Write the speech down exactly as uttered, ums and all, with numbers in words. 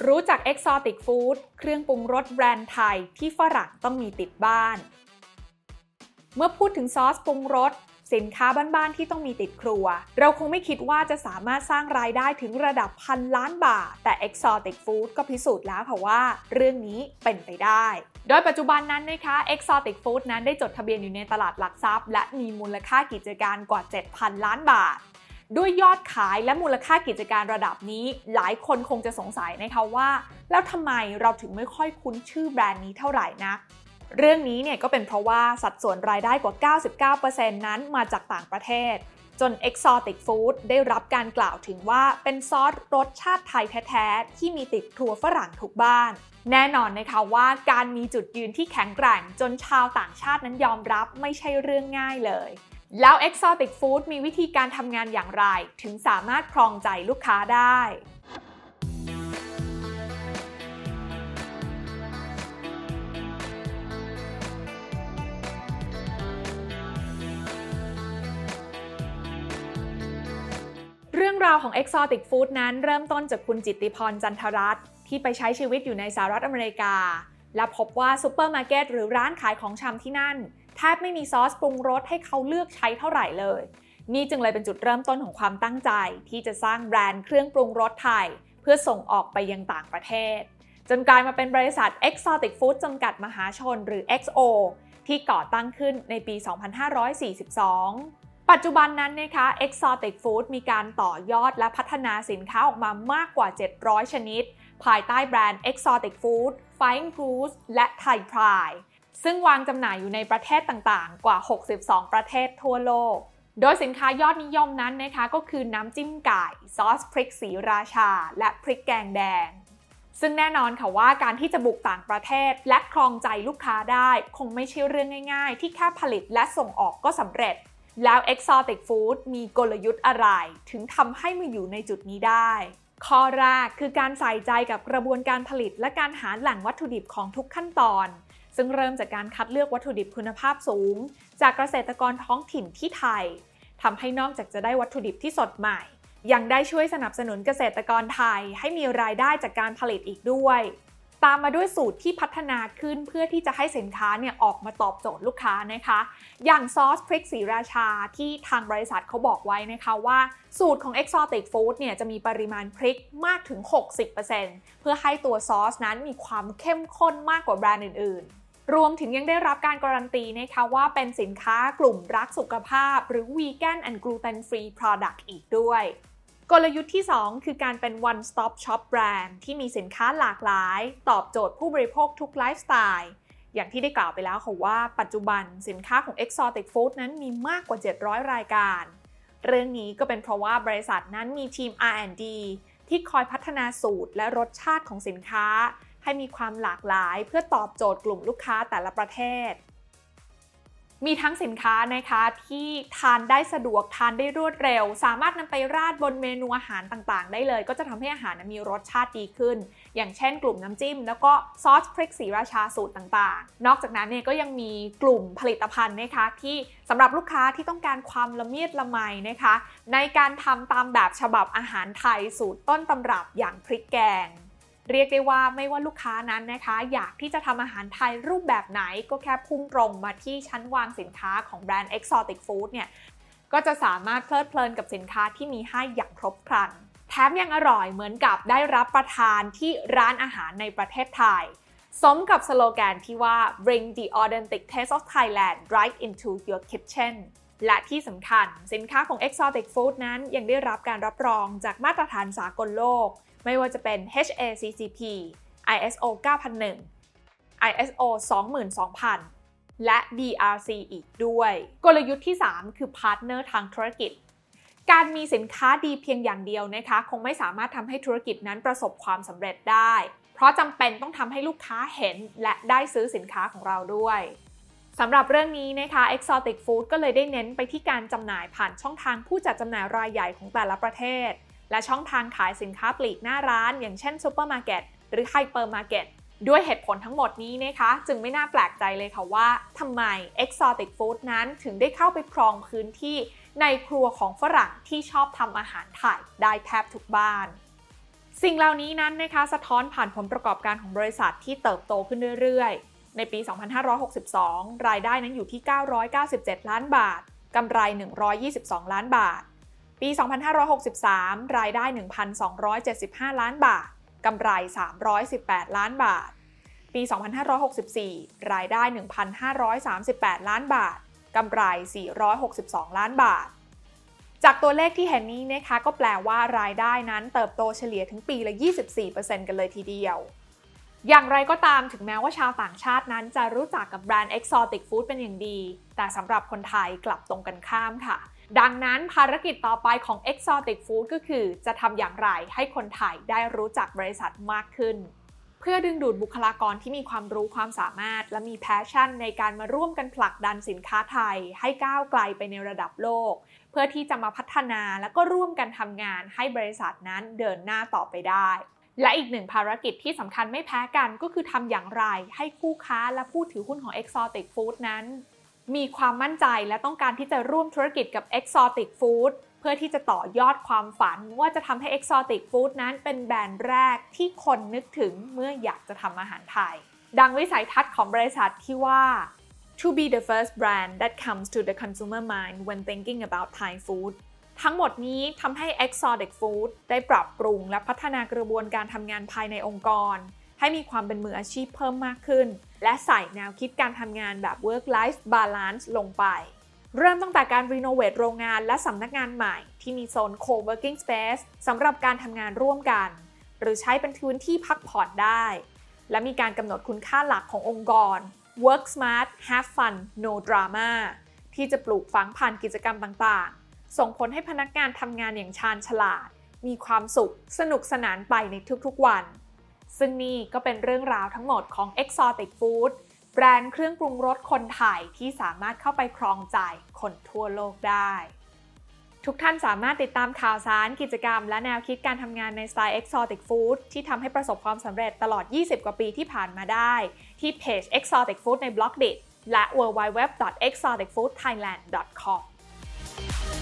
รู้จัก Exotic Food เครื่องปรุงรสแบรนด์ไทยที่ฝรั่งต้องมีติดบ้านเมื่อพูดถึงซอสปรุงรสสินค้าบ้านๆที่ต้องมีติดครัวเราคงไม่คิดว่าจะสามารถสร้างรายได้ถึงระดับพันล้านบาทแต่ Exotic Food ก็พิสูจน์แล้วค่ะว่าเรื่องนี้เป็นไปได้โดยปัจจุบันนั้นนะคะ Exotic Food นั้นได้จดทะเบียนอยู่ในตลาดหลักทรัพย์และมีมูลค่ากิจการกว่า เจ็ดพันล้านบาทด้วยยอดขายและมูลค่ากิจการระดับนี้หลายคนคงจะสงสัยนะคะว่าแล้วทำไมเราถึงไม่ค่อยคุ้นชื่อแบรนด์นี้เท่าไหร่นักเรื่องนี้เนี่ยก็เป็นเพราะว่าสัดส่วนรายได้กว่า เก้าสิบเก้าเปอร์เซ็นต์ นั้นมาจากต่างประเทศจน Exotic Food ได้รับการกล่าวถึงว่าเป็นซอสรสชาติไทยแท้ๆที่มีติดครัวฝรั่งทุกบ้านแน่นอนนะคะว่าการมีจุดยืนที่แข็งแกร่งจนชาวต่างชาตินั้นยอมรับไม่ใช่เรื่องง่ายเลยแล้ว Exotic Food มีวิธีการทำงานอย่างไรถึงสามารถครองใจลูกค้าได้เรื่องราวของ Exotic Food นั้นเริ่มต้นจากคุณจิตติพรจันทรัตน์ที่ไปใช้ชีวิตอยู่ในสหรัฐอเมริกาและพบว่าซุปเปอร์มาร์เก็ตหรือร้านขายของชำที่นั่นแทบไม่มีซอสปรุงรสให้เขาเลือกใช้เท่าไหร่เลยนี่จึงเลยเป็นจุดเริ่มต้นของความตั้งใจที่จะสร้างแบรนด์เครื่องปรุงรสไทยเพื่อส่งออกไปยังต่างประเทศจนกลายมาเป็นบริษัท Exotic Food จำกัดมหาชนหรือ เอ็กซ์ โอ ที่ก่อตั้งขึ้นในปี สองพันห้าร้อยสี่สิบสองปัจจุบันนั้นนะคะ Exotic Food มีการต่อยอดและพัฒนาสินค้าออกมามากกว่าเจ็ดร้อยชนิดภายใต้แบรนด์ Exotic Food, Flying Goose และ Thai Pride ซึ่งวางจำหน่ายอยู่ในประเทศต่างๆกว่าหกสิบสองประเทศทั่วโลกโดยสินค้ายอดนิยมนั้นนะคะก็คือน้ำจิ้มไก่ซอสพริกศรีราชาและพริกแกงแดงซึ่งแน่นอนค่ะว่าการที่จะบุกต่างประเทศและครองใจลูกค้าได้คงไม่ใช่เรื่องง่ายๆที่แค่ผลิตและส่งออกก็สำเร็จแล้ว Exotic Food มีกลยุทธ์อะไรถึงทำให้มาอยู่ในจุดนี้ได้ข้อแรกคือการใส่ใจกับกระบวนการผลิตและการหาแหล่งวัตถุดิบของทุกขั้นตอนซึ่งเริ่มจากการคัดเลือกวัตถุดิบคุณภาพสูงจากเกษตรกรท้องถิ่นที่ไทยทำให้นอกจากจะได้วัตถุดิบที่สดใหม่ยังได้ช่วยสนับสนุนเกษตรกรไทยให้มีรายได้จากการผลิตอีกด้วยตามมาด้วยสูตรที่พัฒนาขึ้นเพื่อที่จะให้สินค้าเนี่ยออกมาตอบโจทย์ลูกค้านะคะอย่างซอสพริกศรีราชาที่ทางบริษัทเขาบอกไว้นะคะว่าสูตรของ Exotic Food เนี่ยจะมีปริมาณพริกมากถึง หกสิบเปอร์เซ็นต์ เพื่อให้ตัวซอสนั้นมีความเข้มข้นมากกว่าแบรนด์อื่นๆรวมถึงยังได้รับการการันตีนะคะว่าเป็นสินค้ากลุ่มรักสุขภาพหรือ Vegan and Gluten Free Product อีกด้วยกลยุทธ์ที่สองคือการเป็น one stop shop brand ที่มีสินค้าหลากหลายตอบโจทย์ผู้บริโภคทุกไลฟ์สไตล์อย่างที่ได้กล่าวไปแล้วค่ะว่าปัจจุบันสินค้าของ Exotic Food นั้นมีมากกว่าเจ็ดร้อยรายการเรื่องนี้ก็เป็นเพราะว่าบริษัทนั้นมีทีม อาร์ แอนด์ ดี ที่คอยพัฒนาสูตรและรสชาติของสินค้าให้มีความหลากหลายเพื่อตอบโจทย์กลุ่มลูกค้าแต่ละประเทศมีทั้งสินค้านะคะที่ทานได้สะดวกทานได้รวดเร็วสามารถนำไปราดบนเมนูอาหารต่างๆได้เลยก็จะทำให้อาหารมีรสชาติดีขึ้นอย่างเช่นกลุ่มน้ำจิ้มแล้วก็ซอสพริกศรีราชาสูตรต่างๆนอกจากนั้นเนี่ยก็ยังมีกลุ่มผลิตภัณฑ์นะคะที่สำหรับลูกค้าที่ต้องการความละเมียดละไมนะคะในการทำตามแบบฉบับอาหารไทยสูตรต้นตำรับอย่างพริกแกงเรียกได้ว่าไม่ว่าลูกค้านั้นนะคะอยากที่จะทำอาหารไทยรูปแบบไหนก็แค่พุ่งตรงมาที่ชั้นวางสินค้าของแบรนด์ Exotic Food เนี่ยก็จะสามารถเพลิดเพลินกับสินค้าที่มีให้อย่างครบครันแถมยังอร่อยเหมือนกับได้รับประทานที่ร้านอาหารในประเทศไทยสมกับสโลแกนที่ว่า Bring the authentic taste of Thailand right into your kitchen และที่สำคัญสินค้าของ Exotic Food นั้นยังได้รับการรับรองจากมาตรฐานสากลโลกไม่ว่าจะเป็น เอช เอ ซี ซี พี ไอ เอส โอ เก้าพันหนึ่ง ไอ เอส โอ สองหมื่นสองพัน และ บี อาร์ ซี อีกด้วยกลยุทธ์ที่สามคือพาร์ทเนอร์ทางธุรกิจการมีสินค้าดีเพียงอย่างเดียวนะคะคงไม่สามารถทำให้ธุรกิจนั้นประสบความสำเร็จได้เพราะจำเป็นต้องทำให้ลูกค้าเห็นและได้ซื้อสินค้าของเราด้วยสำหรับเรื่องนี้นะคะ Exotic Food ก็เลยได้เน้นไปที่การจำหน่ายผ่านช่องทางผู้จัดจำหน่ายรายใหญ่ของแต่ละประเทศและช่องทางขายสินค้าปลีกหน้าร้านอย่างเช่นซูเปอร์มาร์เก็ตหรือไฮเปอร์มาร์เก็ตด้วยเหตุผลทั้งหมดนี้นะคะจึงไม่น่าแปลกใจเลยค่ะว่าทำไม Exotic Food นั้นถึงได้เข้าไปครองพื้นที่ในครัวของฝรั่งที่ชอบทำอาหารไทยได้แทบทุกบ้านสิ่งเหล่านี้นั้นนะคะสะท้อนผ่านผลประกอบการของบริษัทที่เติบโตขึ้นเรื่อยๆในปี สองพันห้าร้อยหกสิบสอง รายได้นั้นอยู่ที่ เก้าร้อยเก้าสิบเจ็ด ล้านบาทกำไร หนึ่งร้อยยี่สิบสอง ล้านบาทปี สองพันห้าร้อยหกสิบสาม รายได้ หนึ่งพันสองร้อยเจ็ดสิบห้า ล้านบาทกำไร สามร้อยสิบแปด ล้านบาทปี สองพันห้าร้อยหกสิบสี่ รายได้ หนึ่งพันห้าร้อยสามสิบแปด ล้านบาทกำไร สี่ร้อยหกสิบสอง ล้านบาทจากตัวเลขที่เห็นนี้นะคะก็แปลว่ารายได้นั้นเติบโตเฉลี่ยถึงปีละ ยี่สิบสี่เปอร์เซ็นต์ กันเลยทีเดียวอย่างไรก็ตามถึงแม้ว่าชาวต่างชาตินั้นจะรู้จักกับแบรนด์ Exotic Food เป็นอย่างดีแต่สำหรับคนไทยกลับตรงกันข้ามค่ะดังนั้นภารกิจต่อไปของ Exotic Food ก็คือจะทำอย่างไรให้คนไทยได้รู้จักบริษัทมากขึ้นเพื่อดึงดูดบุคลากรที่มีความรู้ความสามารถและมีแพชชั่นในการมาร่วมกันผลักดันสินค้าไทยให้ก้าวไกลไปในระดับโลกเพื่อที่จะมาพัฒนาและก็ร่วมกันทำงานให้บริษัทนั้นเดินหน้าต่อไปได้และอีกหนึ่งภารกิจที่สำคัญไม่แพ้กันก็คือทำอย่างไรให้คู่ค้าและผู้ถือหุ้นของ Exotic Food นั้นมีความมั่นใจและต้องการที่จะร่วมธุรกิจกับ Exotic Food เพื่อที่จะต่อยอดความฝันว่าจะทำให้ Exotic Food นั้นเป็นแบรนด์แรกที่คนนึกถึงเมื่ออยากจะทำอาหารไทยดังวิสัยทัศน์ของบริษัทที่ว่า To be the first brand that comes to the consumer mind when thinking about Thai food ทั้งหมดนี้ทำให้ Exotic Food ได้ปรับปรุงและพัฒนากระบวนการทำงานภายในองค์กรให้มีความเป็นมืออาชีพเพิ่มมากขึ้นและใส่แนวคิดการทำงานแบบ work life balance ลงไปเริ่มตั้งแต่การรีโนเวทโรงงานและสำนักงานใหม่ที่มีโซน co-working space สำหรับการทำงานร่วมกันหรือใช้เป็นพื้นที่พักผ่อนได้และมีการกำหนดคุณค่าหลักขององค์กร work smart have fun no drama ที่จะปลูกฝังผ่านกิจกรรมต่างๆส่งผลให้พนักงานทำงานอย่างชาญฉลาดมีความสุขสนุกสนานไปในทุกๆวันซึ่งนี่ก็เป็นเรื่องราวทั้งหมดของ Exotic Food แบรนด์เครื่องปรุงรสคนไทยที่สามารถเข้าไปครองใจคนทั่วโลกได้ทุกท่านสามารถติดตามข่าวสารกิจกรรมและแนวคิดการทำงานในสไตล์ Exotic Food ที่ทำให้ประสบความสำเร็จตลอดยี่สิบกว่าปีที่ผ่านมาได้ที่เพจ Exotic Food ใน Blockdit และ ดับเบิลยู ดับเบิลยู ดับเบิลยู ดอท exotic food thailand ดอท คอม